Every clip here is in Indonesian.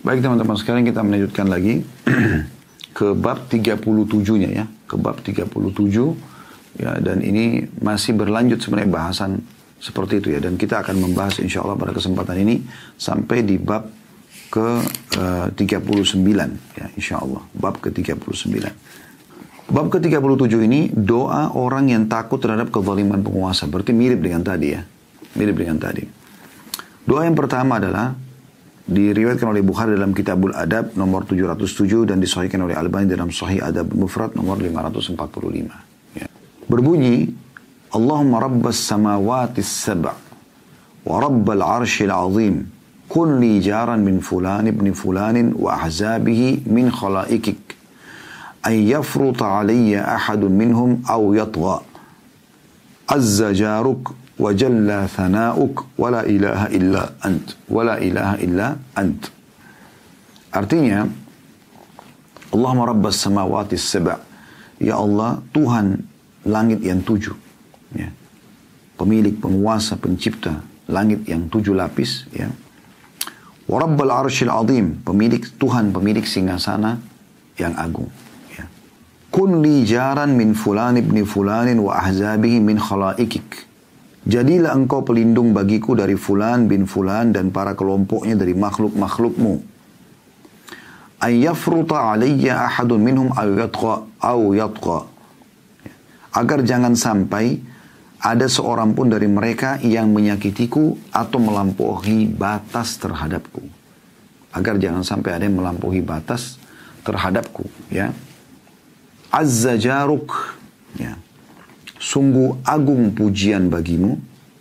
Baik teman-teman, sekarang kita melanjutkan lagi ke bab 37-nya ya. Ke bab 37 ya, dan ini masih berlanjut sebenarnya bahasan seperti itu ya. Dan kita akan membahas insya Allah pada kesempatan ini sampai di bab ke 39 ya, insya Allah. Bab ke 39. Bab ke 37 ini doa orang yang takut terhadap kezaliman penguasa. Berarti mirip dengan tadi ya. Mirip dengan tadi. Doa yang pertama adalah diriwayatkan oleh Bukhari dalam Kitabul Adab nomor 707 dan disahihkan oleh Albani dalam Sahih Adab Mufrad nomor 545. Ya. Berbunyi, Allahumma rabbas samawati sab' wa rabbal arshil azim kun li jaran min fulan ibn fulanin wa ahzabihi min khalaikik ay yafruta alayya ahadun minhum aw yatgha azza jaruk wa jalla thana'uk wa la ilaha illa ant wa la ilaha illa ant. Artinya, Allahumma rabbas samawati sab', ya Allah Tuhan langit yang 7 ya. Pemilik, penguasa, pencipta langit yang 7 lapis ya. Wa rabbal arshil azim, pemilik Tuhan, pemilik singgasana yang agung ya. Kun li jaran min fulan ibn fulanin wa ahzabihi min khalaikik, jadilah engkau pelindung bagiku dari fulan bin fulan dan para kelompoknya dari makhluk-makhlukmu. Ayyafruta alayya ahadun minhum aw yatqa, agar jangan sampai ada seorang pun dari mereka yang menyakitiku atau melampaui batas terhadapku. Agar jangan sampai ada yang melampaui batas terhadapku ya. Azza jaruk ya. Sungguh agung pujian bagimu.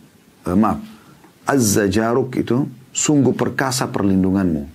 Azza jaruk itu sungguh perkasa perlindunganmu.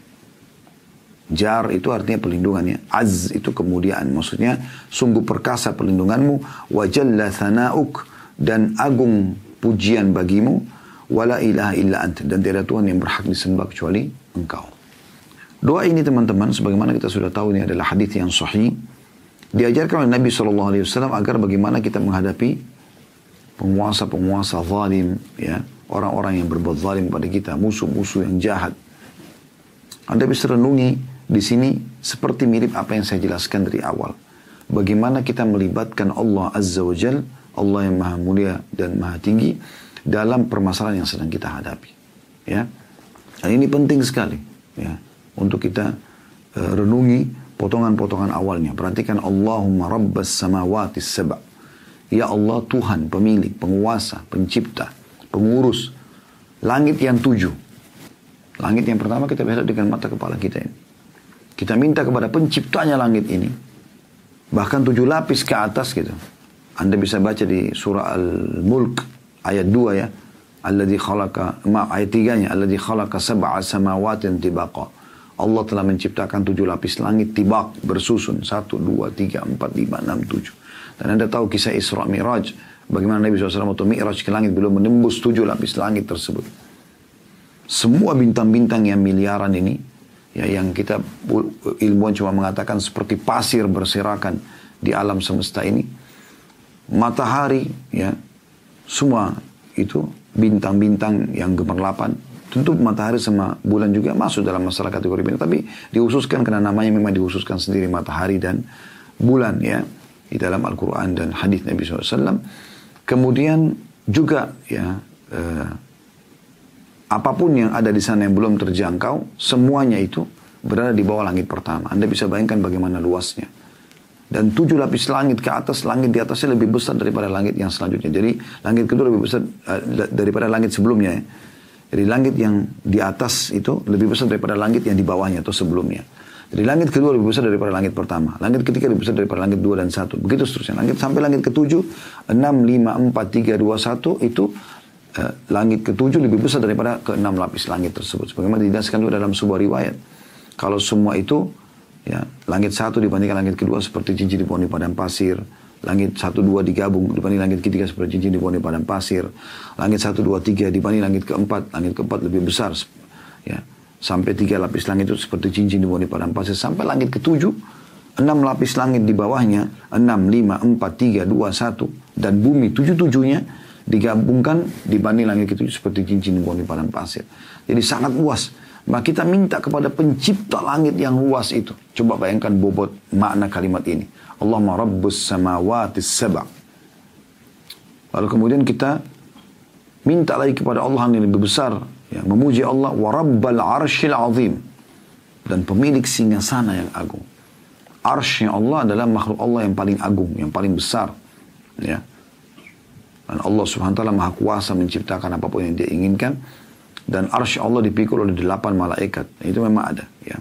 Jar itu artinya perlindungan ya. Az itu kemuliaan. Maksudnya sungguh perkasa perlindunganmu. Wa jalla thana'uk, dan agung pujian bagimu. Wa la ilaha illa ant, dan tiada Tuhan yang berhak disembah kecuali engkau. Doa ini teman-teman, sebagaimana kita sudah tahu, ini adalah hadis yang sahih. Diajarkan oleh Nabi SAW agar bagaimana kita menghadapi penguasa-penguasa zalim, ya, orang-orang yang berbuat zalim pada kita, musuh-musuh yang jahat. Anda bisa renungi di sini seperti mirip apa yang saya jelaskan dari awal. Bagaimana kita melibatkan Allah Azza wa Jal, Allah yang maha mulia dan maha tinggi, dalam permasalahan yang sedang kita hadapi. Ya. Dan ini penting sekali ya, untuk kita renungi potongan-potongan awalnya. Perhatikan, Allahumma rabbas samawati sab'. Ya Allah Tuhan, pemilik, penguasa, pencipta, pengurus langit yang 7. Langit yang pertama kita lihat dengan mata kepala kita ini. Kita minta kepada penciptanya langit ini. Bahkan 7 lapis ke atas gitu. Anda bisa baca di surah Al-Mulk ayat 2 ya. Alladzi khalaqa, ayat 3-nya, alladzi khalaqa sab'a samawatin tibaqa. Allah telah menciptakan 7 lapis langit tibak, bersusun. 1, 2, 3, 4, 5, 6, 7. Dan Anda tahu kisah Isra Mi'raj. Bagaimana Nabi SAW waktu Mi'raj ke langit belum menembus 7 lapis langit tersebut. Semua bintang-bintang yang miliaran ini, ya, yang kita ilmuwan cuma mengatakan seperti pasir berserakan di alam semesta ini. Matahari, ya, semua itu bintang-bintang yang gemerlapan. Tentu matahari sama bulan juga masuk dalam masalah kategori bintang, tapi dikhususkan karena namanya memang dikhususkan sendiri matahari dan bulan ya di dalam Al-Quran dan hadis Nabi SAW. Kemudian juga ya apapun yang ada di sana yang belum terjangkau, semuanya itu berada di bawah langit pertama. Anda bisa bayangkan bagaimana luasnya. Dan 7 lapis langit ke atas, langit di atasnya lebih besar daripada langit yang selanjutnya. Jadi langit kedua lebih besar daripada langit sebelumnya ya. Jadi langit yang di atas itu lebih besar daripada langit yang di bawahnya atau sebelumnya. Jadi langit kedua lebih besar daripada langit pertama. Langit ketiga lebih besar daripada langit 2 dan 1. Begitu seterusnya. Langit sampai langit ke-7, 6, 5, 4, 3, 2, 1 itu langit ke-7 lebih besar daripada ke-6 lapis langit tersebut. Sebagaimana dijelaskan juga dalam sebuah riwayat. Kalau semua itu, ya, langit 1 dibandingkan langit kedua seperti cincin di pohon di padang pasir. Langit 1, 2 digabung dibanding langit ketiga seperti cincin di pohon di padang pasir. Langit 1, 2, 3 dibanding langit keempat. Langit keempat lebih besar. Ya. Sampai 3 lapis langit itu seperti cincin di pohon di padang pasir. Sampai langit ke-7, 6 lapis langit di bawahnya. 6, 5, 4, 3, 2, 1. Dan bumi 7-7-nya digabungkan dibanding langit ke-7 seperti cincin di pohon di padang pasir. Jadi sangat luas. Maka kita minta kepada pencipta langit yang luas itu. Coba bayangkan bobot makna kalimat ini. Allahumma rabbus samawati sab'a. Lalu kemudian kita minta lagi kepada Allah yang lebih besar. Ya, memuji Allah. Wa rabbal arshil azim. Dan pemilik singgasana yang agung. Arshnya Allah adalah makhluk Allah yang paling agung, yang paling besar. Ya. Dan Allah subhanahu wa ta'ala maha kuasa menciptakan apapun yang dia inginkan. Dan arsy Allah dipikul oleh 8 malaikat. Itu memang ada. Ya.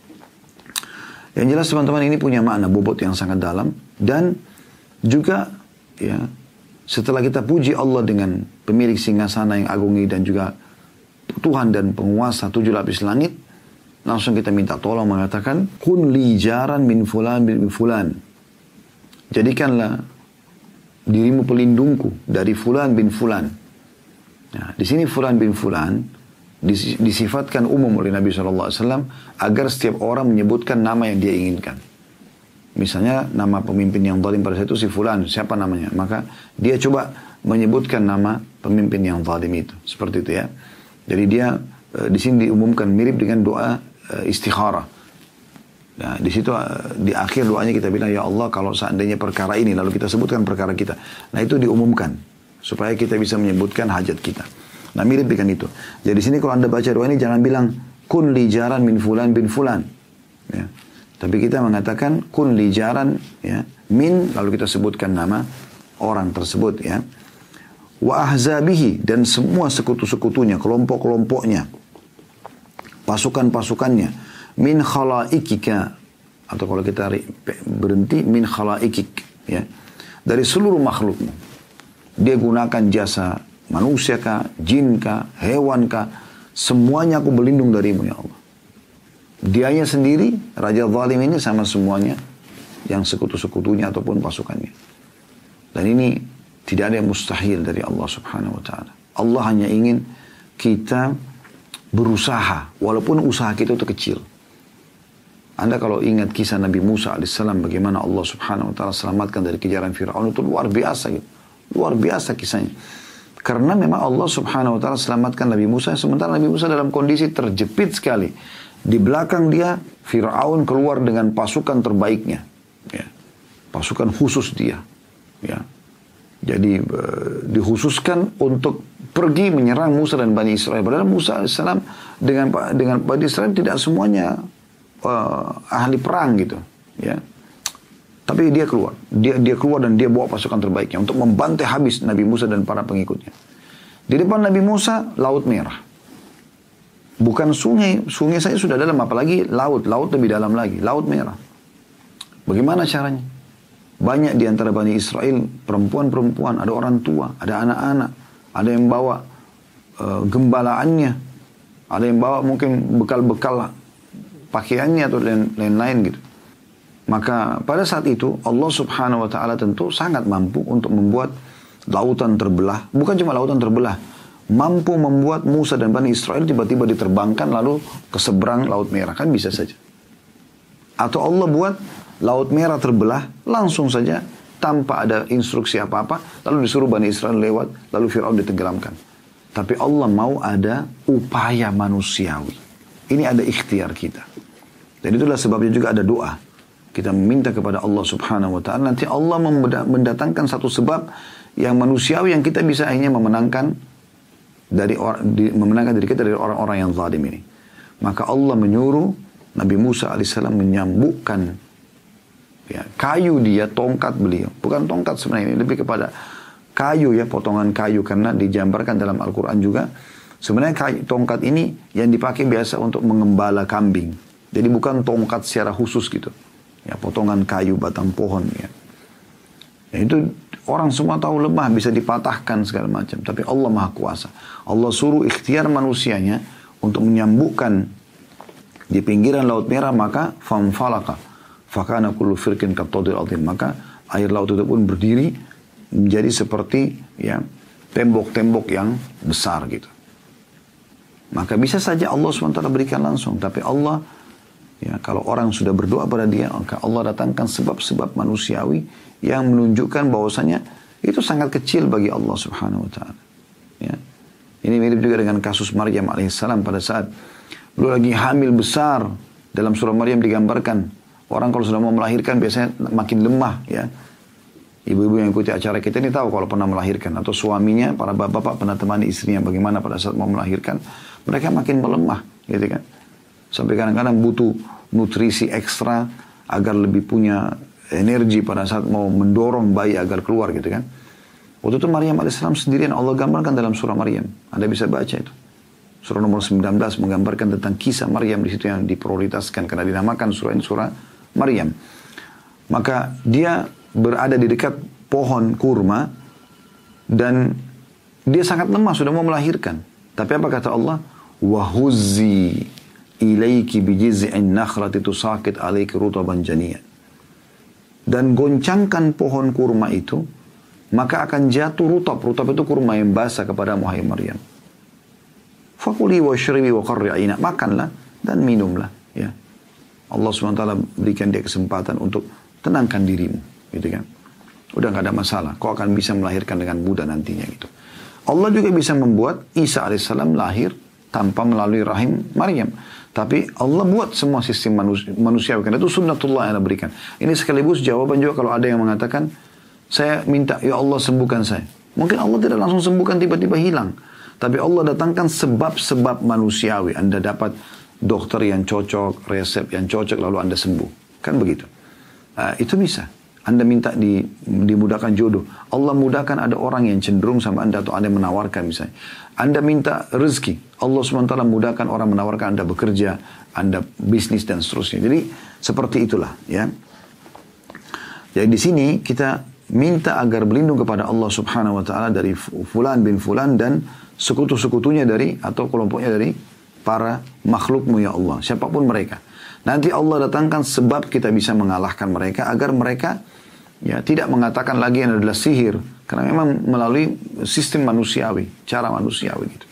Yang jelas teman-teman ini punya makna bobot yang sangat dalam. Dan juga ya, setelah kita puji Allah dengan pemilik singgasana yang agung ini dan juga Tuhan dan penguasa 7 lapis langit, langsung kita minta tolong mengatakan, kun li jaran min fulan bin fulan. Jadikanlah dirimu pelindungku dari fulan bin fulan. Nah, di sini fulan bin fulan disifatkan umum oleh Nabi SAW agar setiap orang menyebutkan nama yang dia inginkan. Misalnya nama pemimpin yang zalim pada saat itu si fulan, siapa namanya? Maka dia coba menyebutkan nama pemimpin yang zalim itu. Seperti itu ya. Jadi dia di sini diumumkan mirip dengan doa istikharah. Nah, di situ di akhir doanya kita bilang, ya Allah kalau seandainya perkara ini, lalu kita sebutkan perkara kita. Nah itu diumumkan supaya kita bisa menyebutkan hajat kita. Nah mirip dengan itu. Jadi di sini kalau anda baca doa ini jangan bilang kun li jaran min fulan bin fulan. Ya. Tapi kita mengatakan kun li jaran ya, min, lalu kita sebutkan nama orang tersebut ya. Wa ahzabihi, dan semua sekutu-sekutunya, kelompok-kelompoknya, pasukan-pasukannya, min khalaikika, atau kalau kita berhenti min khalaikik ya, dari seluruh makhlukmu. Dia gunakan jasa manusia kah, jin kah, hewan kah, semuanya aku berlindung darimu ya Allah. Dianya sendiri, raja zalim ini sama semuanya, yang sekutu-sekutunya ataupun pasukannya. Dan ini tidak ada yang mustahil dari Allah subhanahu wa ta'ala. Allah hanya ingin kita berusaha, walaupun usaha kita itu kecil. Anda kalau ingat kisah Nabi Musa alaihissalam, bagaimana Allah subhanahu wa ta'ala selamatkan dari kejaran Fir'aun, itu luar biasa gitu. Luar biasa kisahnya. Karena memang Allah subhanahu wa ta'ala selamatkan Nabi Musa, sementara Nabi Musa dalam kondisi terjepit sekali. Di belakang dia, Fir'aun keluar dengan pasukan terbaiknya. Ya. Pasukan khusus dia. Ya. Jadi dikhususkan untuk pergi menyerang Musa dan Bani Israel. Padahal Musa AS dengan Bani Israel tidak semuanya ahli perang gitu. Ya. Tapi dia keluar. Dia keluar dan dia bawa pasukan terbaiknya untuk membantai habis Nabi Musa dan para pengikutnya. Di depan Nabi Musa, Laut Merah. Bukan sungai. Sungai saja sudah dalam, apalagi laut. Laut lebih dalam lagi. Laut Merah. Bagaimana caranya? Banyak di antara Bani Israel, perempuan-perempuan, ada orang tua, ada anak-anak. Ada yang bawa gembalaannya. Ada yang bawa mungkin bekal-bekal pakaiannya atau lain-lain gitu. Maka pada saat itu Allah subhanahu wa ta'ala tentu sangat mampu untuk membuat lautan terbelah. Bukan cuma lautan terbelah. Mampu membuat Musa dan Bani Israel tiba-tiba diterbangkan lalu ke seberang Laut Merah. Kan bisa saja. Atau Allah buat Laut Merah terbelah langsung saja tanpa ada instruksi apa-apa. Lalu disuruh Bani Israel lewat. Lalu Fir'aun ditenggelamkan. Tapi Allah mau ada upaya manusiawi. Ini ada ikhtiar kita. Dan itulah sebabnya juga ada doa. Kita meminta kepada Allah subhanahu wa ta'ala. Nanti Allah mendatangkan satu sebab yang manusiawi yang kita bisa akhirnya memenangkan diri kita dari orang-orang yang zalim ini. Maka Allah menyuruh Nabi Musa alaihissalam menyambukkan ya, kayu dia, tongkat beliau. Bukan tongkat sebenarnya, ini lebih kepada kayu ya, potongan kayu. Karena digambarkan dalam Al-Quran juga. Sebenarnya tongkat ini yang dipakai biasa untuk mengembala kambing. Jadi bukan tongkat secara khusus gitu. Ya, potongan kayu, batang pohon ya. Ya, itu orang semua tahu lemah, bisa dipatahkan segala macam. Tapi Allah maha kuasa. Allah suruh ikhtiar manusianya untuk menyambukkan di pinggiran Laut Merah, maka famfalaka fakana kullu firqin kattodil azim. Maka air laut itu pun berdiri menjadi seperti ya tembok-tembok yang besar gitu. Maka bisa saja Allah SWT berikan langsung. Tapi Allah, ya, kalau orang sudah berdoa pada dia, maka Allah datangkan sebab-sebab manusiawi yang menunjukkan bahwasanya itu sangat kecil bagi Allah subhanahu wa ta'ala. Ya. Ini mirip juga dengan kasus Maryam alaihissalam pada saat Belum lagi hamil besar. Dalam surah Maryam digambarkan, orang kalau sudah mau melahirkan biasanya makin lemah ya. Ibu-ibu yang ikuti acara kita ini tahu kalau pernah melahirkan. Atau suaminya, para bapak-bapak pernah temani istrinya bagaimana pada saat mau melahirkan. Mereka makin melemah gitu kan. Sampai kadang-kadang butuh nutrisi ekstra agar lebih punya energi pada saat mau mendorong bayi agar keluar gitu kan. Waktu itu Maryam alaihissalam sendirian Allah gambarkan dalam surah Maryam. Anda bisa baca itu. Surah nomor 19 menggambarkan tentang kisah Maryam di situ yang diprioritaskan karena dinamakan surah ini surah Maryam. Maka dia berada di dekat pohon kurma dan dia sangat lemah sudah mau melahirkan. Tapi apa kata Allah? Wa huzzi ilaiki bijiz'in nakhlati tusaqit alaiki rutaban janiyyan. Dan goncangkan pohon kurma itu, maka akan jatuh rutab. Rutab itu kurma yang basah kepadamu, hai Maryam. Fakuli wa syribi wa qarri aina. Makanlah dan minumlah. Ya. Allah SWT berikan dia kesempatan untuk tenangkan dirimu. Gitu kan. Udah gak ada masalah. Kau akan bisa melahirkan dengan mudah nantinya gitu. Allah juga bisa membuat Isa alaihissalam lahir tanpa melalui rahim Maryam. Tapi Allah buat semua sistem manusia. Karena itu sunnatullah yang Allah berikan. Ini sekaligus jawaban juga kalau ada yang mengatakan, saya minta, ya Allah sembuhkan saya. Mungkin Allah tidak langsung sembuhkan, tiba-tiba hilang. Tapi Allah datangkan sebab-sebab manusiawi. Anda dapat dokter yang cocok, resep yang cocok, lalu Anda sembuh. Kan begitu. Itu bisa. Anda minta dimudahkan jodoh. Allah mudahkan ada orang yang cenderung sama Anda atau Anda menawarkan misalnya. Anda minta rezeki. Allah SWT mudahkan orang menawarkan Anda bekerja, Anda bisnis dan seterusnya. Jadi seperti itulah. Ya. Jadi di sini kita minta agar berlindung kepada Allah Subhanahu Wa Taala dari fulan bin fulan dan sekutu-sekutunya dari atau kelompoknya dari para makhlukmu ya Allah. Siapapun mereka. Nanti Allah datangkan sebab kita bisa mengalahkan mereka agar mereka ya tidak mengatakan lagi yang adalah sihir. Karena memang melalui sistem manusiawi. Cara manusiawi gitu.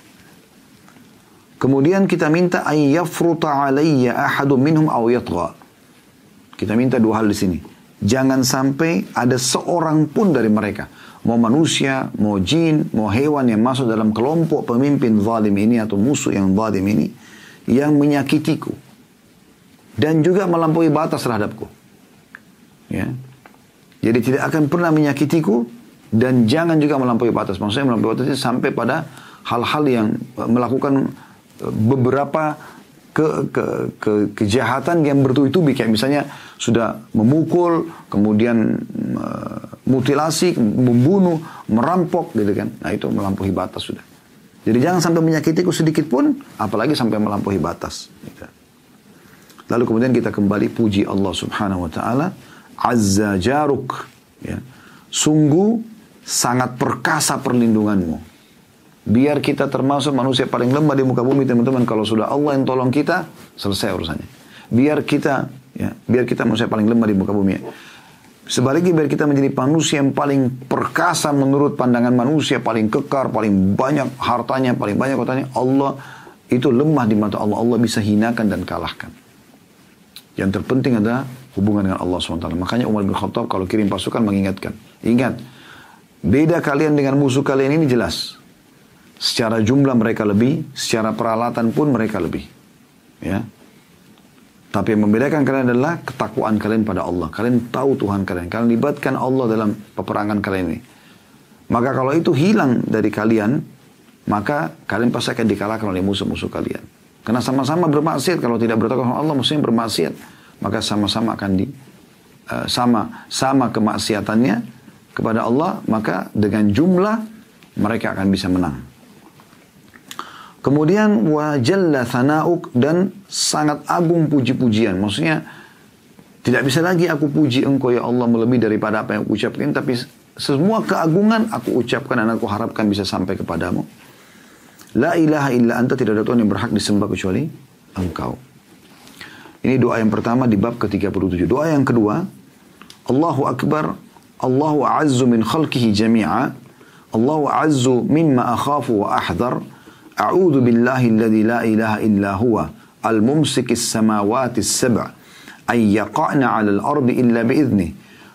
Kemudian kita minta ayyafruta alayya ahadun minhum aw yatgha. Kita minta dua hal di sini. Jangan sampai ada seorang pun dari mereka. Mau manusia, mau jin, mau hewan yang masuk dalam kelompok pemimpin zalim ini atau musuh yang zalim ini. Yang menyakitiku. Dan juga melampaui batas terhadapku. Ya. Jadi tidak akan pernah menyakitiku. Dan jangan juga melampaui batas. Maksudnya melampaui batas itu sampai pada hal-hal yang melakukan beberapa kejahatan yang bertubi-tubi. Kayak misalnya sudah memukul, kemudian mutilasi, membunuh, merampok gitu kan. Nah itu melampaui batas sudah. Jadi jangan sampai menyakitiku sedikit pun, apalagi sampai melampaui batas. Gitu. Lalu kemudian kita kembali puji Allah Subhanahu Wa Taala. Azza jaruk. Ya. Sungguh sangat perkasa perlindunganmu. Biar kita termasuk manusia paling lemah di muka bumi, teman-teman. Kalau sudah Allah yang tolong kita, selesai urusannya. Biar kita manusia paling lemah di muka bumi. Sebaliknya biar kita menjadi manusia yang paling perkasa menurut pandangan manusia, paling kekar, paling banyak hartanya, paling banyak kotanya. Allah itu lemah di mata Allah. Allah bisa hinakan dan kalahkan. Yang terpenting adalah hubungan dengan Allah SWT. Makanya Umar bin Khattab kalau kirim pasukan mengingatkan. Ingat, beda kalian dengan musuh kalian ini jelas. Secara jumlah mereka lebih, secara peralatan pun mereka lebih. Ya. Tapi yang membedakan kalian adalah ketakwaan kalian pada Allah. Kalian tahu Tuhan kalian. Kalian libatkan Allah dalam peperangan kalian ini. Maka kalau itu hilang dari kalian, maka kalian pasti akan dikalahkan oleh musuh-musuh kalian. Karena sama-sama bermaksiat. Kalau tidak bertakwa sama Allah, musuhnya bermaksiat. Maka sama-sama akan sama kemaksiatannya kepada Allah. Maka dengan jumlah mereka akan bisa menang. Kemudian wa jalla thana'uk, dan sangat agung puji-pujian. Maksudnya tidak bisa lagi aku puji engkau ya Allah melebihi daripada apa yang aku ucapkan, tapi semua keagungan aku ucapkan dan aku harapkan bisa sampai kepadamu. La ilaha illa anta, tidak ada Tuhan yang berhak disembah kecuali engkau. Ini doa yang pertama di bab ke-37. Doa yang kedua, Allahu Akbar, Allahu a'azzu min khalqihi jami'a, Allahu a'azzu mimma akhafu wa ahdhar. A'udzu billahi alladhi la ilaha illa huwa al-mumsikis samawati as-sab' ay yaqa'na 'ala al-ardi illa bi'idhnihi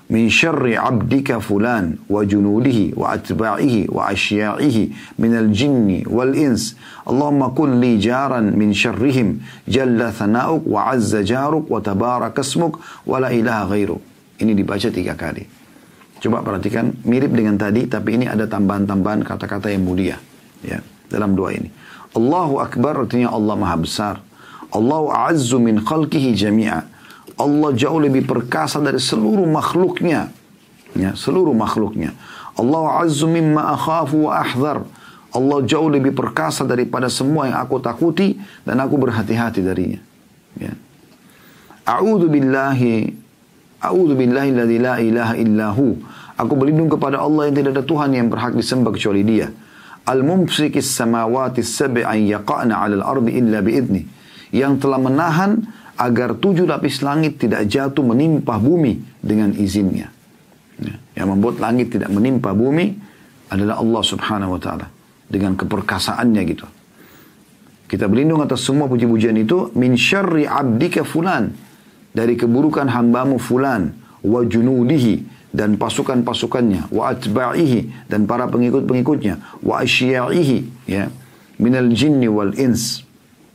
min syarri abdika fulan wa junudihi wa atba'ihi wa asya'ihi minal jinni wal ins. Allahumma kun li jaran min syarrihim jalla thana'uk wa azza jaruk wa tabarakasmuk wa la ilaha ghairuk. Ini dibaca 3 kali. Coba perhatikan, mirip dengan tadi, tapi ini ada tambahan-tambahan kata-kata yang mulia ya, dalam doa ini. Allahu Akbar artinya Allah Maha Besar. Allahu a'azzu min khalqihi jami'a. Allah jauh lebih perkasa dari seluruh makhluknya. Ya, seluruh makhluknya. Allah azzu mimma akhafu wa ahdhar. Allah jauh lebih perkasa daripada semua yang aku takuti dan aku berhati-hati darinya. Ya. A'udzu billahi alladzi la ilaha illahu. Aku berlindung kepada Allah yang tidak ada Tuhan yang berhak disembah kecuali Dia. Al-mumsikis samawati sab'i an yaqa'na 'alal ardi illa bi'idni. Yang telah menahan agar 7 lapis langit tidak jatuh menimpa bumi dengan izinnya. Ya. Yang membuat langit tidak menimpa bumi adalah Allah subhanahu wa ta'ala. Dengan keperkasaannya gitu. Kita berlindung atas semua puji-pujian itu. Min syarri abdika fulan. Dari keburukan hambamu fulan. Wa junudihi. Dan pasukan-pasukannya. Wa atba'ihi. Dan para pengikut-pengikutnya. Wa asya'ihi. Ya. Minal jinni wal ins.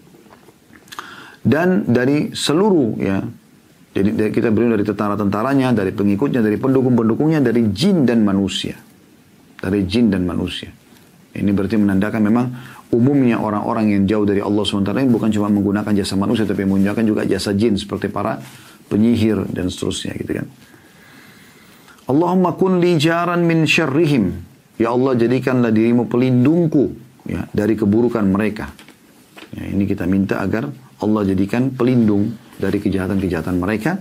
Dan dari seluruh ya, jadi kita berlindung dari tentara-tentaranya, dari pengikutnya, dari pendukung-pendukungnya, dari jin dan manusia. Dari jin dan manusia. Ini berarti menandakan memang umumnya orang-orang yang jauh dari Allah SWT ini bukan cuma menggunakan jasa manusia, tapi menggunakan juga jasa jin seperti para penyihir dan seterusnya gitu kan. Allahumma kun li jaran min syarrihim. Ya Allah, jadikanlah dirimu pelindungku ya, dari keburukan mereka. Ya, ini kita minta agar Allah jadikan pelindung dari kejahatan-kejahatan mereka.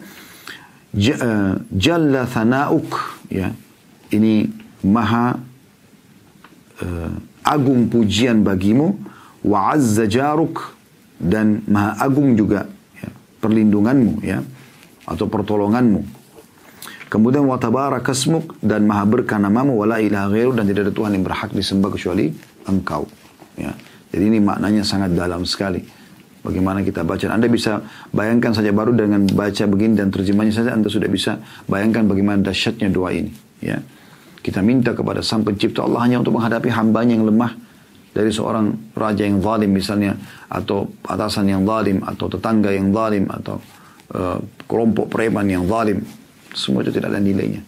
Jalla thana'uk. Ya. Ini maha agung pujian bagimu. Wa azza jaruk. Dan maha agung juga ya, perlindunganmu. Ya, atau pertolonganmu. Kemudian wa tabarakasmuk. Dan maha berkah namamu. Wa la ilaha ghairu. Dan tidak ada Tuhan yang berhak disembah kecuali Engkau. Ya. Jadi ini maknanya sangat dalam sekali. Bagaimana kita baca. Anda bisa bayangkan saja baru dengan baca begini dan terjemahnya saja Anda sudah bisa bayangkan bagaimana dahsyatnya doa ini. Ya. Kita minta kepada Sang Pencipta Allah hanya untuk menghadapi hambanya yang lemah. Dari seorang raja yang zalim misalnya. Atau atasan yang zalim. Atau tetangga yang zalim. Atau kelompok preman yang zalim. Semua itu tidak ada nilainya.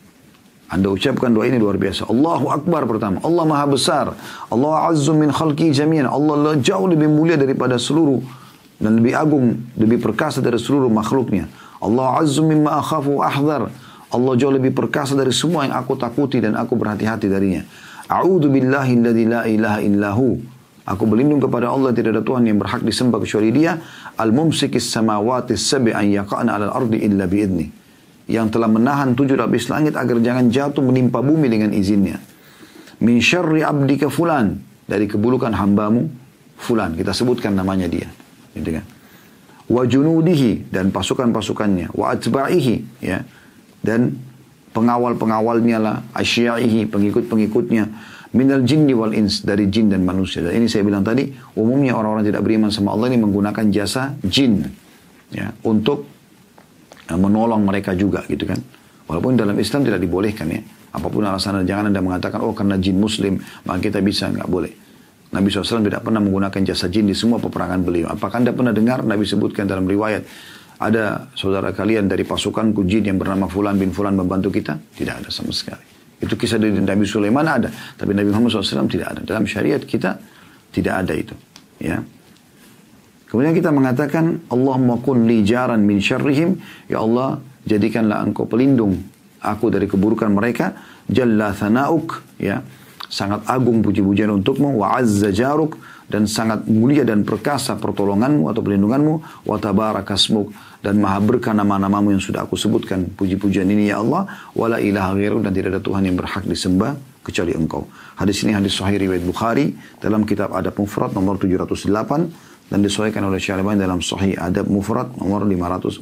Anda ucapkan doa ini luar biasa. Allahu Akbar pertama. Allah Maha Besar. Allah azzu min khalqi jami'an. Allah jauh lebih mulia daripada seluruh. Dan lebih agung. Lebih perkasa dari seluruh makhluknya. Allah azzu mimma akhafu ahdhar. Allah jauh lebih perkasa dari semua yang aku takuti dan aku berhati-hati darinya. A'udzu billahi alladzi la ilaha illahu. Aku berlindung kepada Allah, tidak ada Tuhan yang berhak disembah kecuali Dia. Al-mumsikis samawati sab'i an yaqa'na 'alal ardi illa bi'idni. Yang telah menahan 7 lapis langit agar jangan jatuh menimpa bumi dengan izinnya. Min syarri abdika fulan. Dari keburukan hambamu fulan. Kita sebutkan namanya dia. Gitu kan. Wa junudihi. Dan pasukan-pasukannya. Wa atba'ihi. Ya. Dan pengawal-pengawalnya lah. Asya'ihi. Pengikut-pengikutnya. Minal jinni wal ins. Dari jin dan manusia. Dan ini saya bilang tadi. Umumnya orang-orang tidak beriman sama Allah ini menggunakan jasa jin. Ya. Untuk menolong mereka juga gitu kan. Walaupun dalam Islam tidak dibolehkan ya. Apapun alasan, jangan Anda mengatakan oh karena jin muslim maka kita bisa, nggak boleh. Nabi SAW tidak pernah menggunakan jasa jin di semua peperangan beliau. Apakah Anda pernah dengar Nabi sebutkan dalam riwayat ada saudara kalian dari pasukanku jin yang bernama Fulan bin Fulan membantu kita? Tidak ada sama sekali. Itu kisah dari Nabi Sulaiman ada, tapi Nabi Muhammad SAW tidak ada. Dalam syariat kita tidak ada itu ya. Kemudian kita mengatakan Allahumma kun li jaran min syarrihim. Ya Allah, jadikanlah Engkau pelindung aku dari keburukan mereka. Jalla thana'uk. Ya, sangat agung puji-pujian untukmu. Wa azza jaruk. Dan sangat mulia dan perkasa pertolonganmu atau pelindunganmu. Wa tabarakasmuk. Dan maha berkah nama-namamu yang sudah aku sebutkan. Puji-pujian ini ya Allah. Wa la ilaha ghairu. Dan tidak ada Tuhan yang berhak disembah kecuali Engkau. Hadis ini hadis sahih riwayat Bukhari. Dalam kitab Adab Mufrad nomor 708. Dan disesuaikan oleh Syekh Al-Albani dalam Sahih Adab Mufrad nomor 546.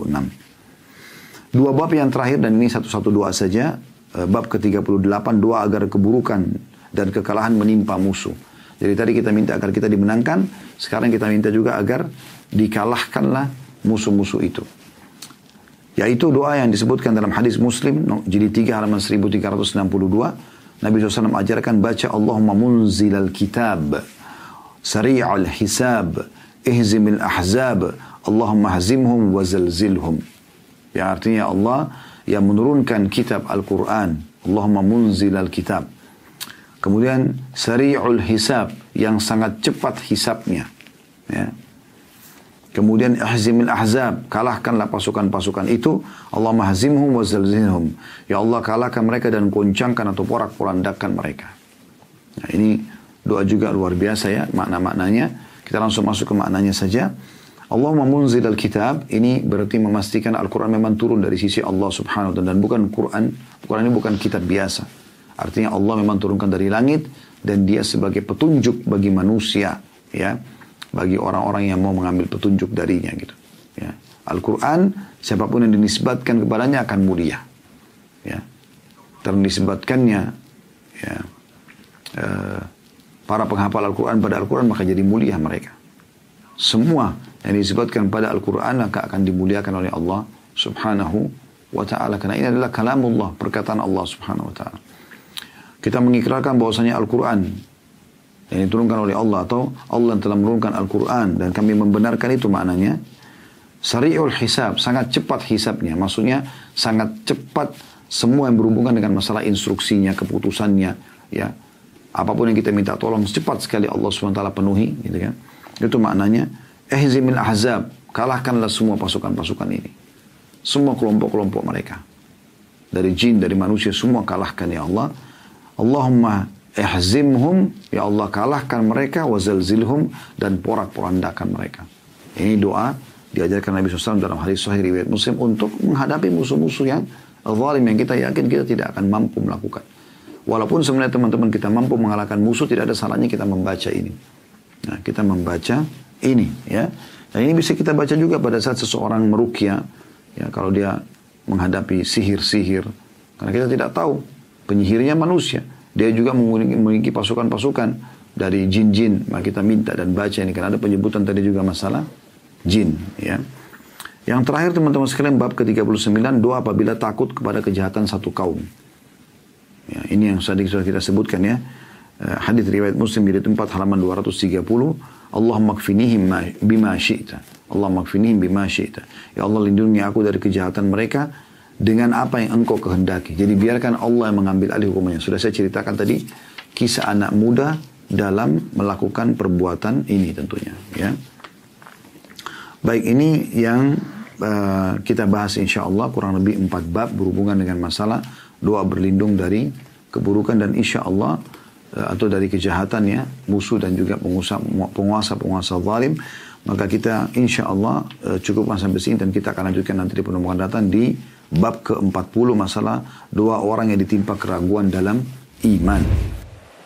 Dua bab yang terakhir dan ini satu-satu doa saja. Bab ke-38 doa agar keburukan dan kekalahan menimpa musuh. Jadi tadi kita minta agar kita dimenangkan. Sekarang kita minta juga agar dikalahkanlah musuh-musuh itu. Yaitu doa yang disebutkan dalam hadis Muslim, jilid 3 halaman 1362. Nabi SAW ajarkan baca Allahumma munzilal kitab, sari'al hisab, ihzimil ahzab, Allahumma hazimhum wa zalzilhum. Yang artinya Allah yang menurunkan kitab Al-Quran, Allahumma munzilal kitab. Kemudian sari'ul hisab, yang sangat cepat hisabnya. Ya. Kemudian ihzimil ahzab, kalahkanlah pasukan-pasukan itu. Allahumma hazimhum wa zalzilhum. Ya Allah, kalahkan mereka dan goncangkan atau porak-porandakan mereka. Nah, ini doa juga luar biasa ya makna-maknanya. Kita langsung masuk ke maknanya saja. Allahumma munzilal kitab, ini berarti memastikan Al-Quran memang turun dari sisi Allah subhanahu wa ta'ala. Dan bukan Quran ini bukan kitab biasa. Artinya Allah memang turunkan dari langit dan dia sebagai petunjuk bagi manusia, ya, bagi orang-orang yang mau mengambil petunjuk darinya gitu. Ya. Al-Quran siapapun yang dinisbatkan kepadanya akan mulia. Ya. Ternisbatkannya ya, para penghafal Al-Quran pada Al-Quran maka jadi mulia mereka. Semua yang disebutkan pada Al-Quran maka akan dimuliakan oleh Allah subhanahu wa ta'ala. Karena ini adalah kalamullah, perkataan Allah subhanahu wa ta'ala. Kita mengikrarkan bahwasanya Al-Quran yang diturunkan oleh Allah atau Allah yang telah menurunkan Al-Quran dan kami membenarkan itu maknanya. Sari'ul hisab, sangat cepat hisabnya. Maksudnya sangat cepat semua yang berhubungan dengan masalah instruksinya, keputusannya. Ya. Apapun yang kita minta tolong cepat sekali Allah SWT penuhi. Gitu kan. Itu maknanya. Ihzimil ahzab, kalahkanlah semua pasukan-pasukan ini. Semua kelompok-kelompok mereka. Dari jin, dari manusia, semua kalahkan ya Allah. Allahumma ihzimhum, ya Allah kalahkan mereka, wazalzilhum, dan porak-porandakan mereka. Ini doa diajarkan Nabi SAW dalam hadis sahih riwayat Muslim untuk menghadapi musuh-musuh yang zalim yang kita yakin kita tidak akan mampu melakukan. Walaupun sebenarnya teman-teman kita mampu mengalahkan musuh, tidak ada salahnya kita membaca ini. Nah, kita membaca ini, ya. Dan ini bisa kita baca juga pada saat seseorang meruqyah, ya, kalau dia menghadapi sihir-sihir, karena kita tidak tahu penyihirnya manusia. Dia juga memiliki pasukan-pasukan dari jin-jin. Maka kita minta dan baca ini. Karena ada penyebutan tadi juga masalah jin. Ya. Yang terakhir teman-teman sekalian bab ke-39. Doa apabila takut kepada kejahatan satu kaum. Ya, ini yang tadi sudah kita sebutkan ya. Hadits riwayat Muslim jilid 4 halaman 230. Allahumma kfinihim bima syi'ta. Allahumma kfinihim bima syi'ta. Ya Allah lindungi aku dari kejahatan mereka dengan apa yang engkau kehendaki. Jadi biarkan Allah yang mengambil alih hukumannya. Sudah saya ceritakan tadi kisah anak muda dalam melakukan perbuatan ini tentunya. Ya. Baik, ini yang kita bahas insya Allah kurang lebih 4 bab berhubungan dengan masalah doa berlindung dari keburukan dan insya Allah atau dari kejahatan ya musuh dan juga penguasa zalim. Maka kita insya Allah cukupkan sampai sini dan kita akan lanjutkan nanti di pertemuan datang di bab ke-40 masalah doa orang yang ditimpa keraguan dalam iman.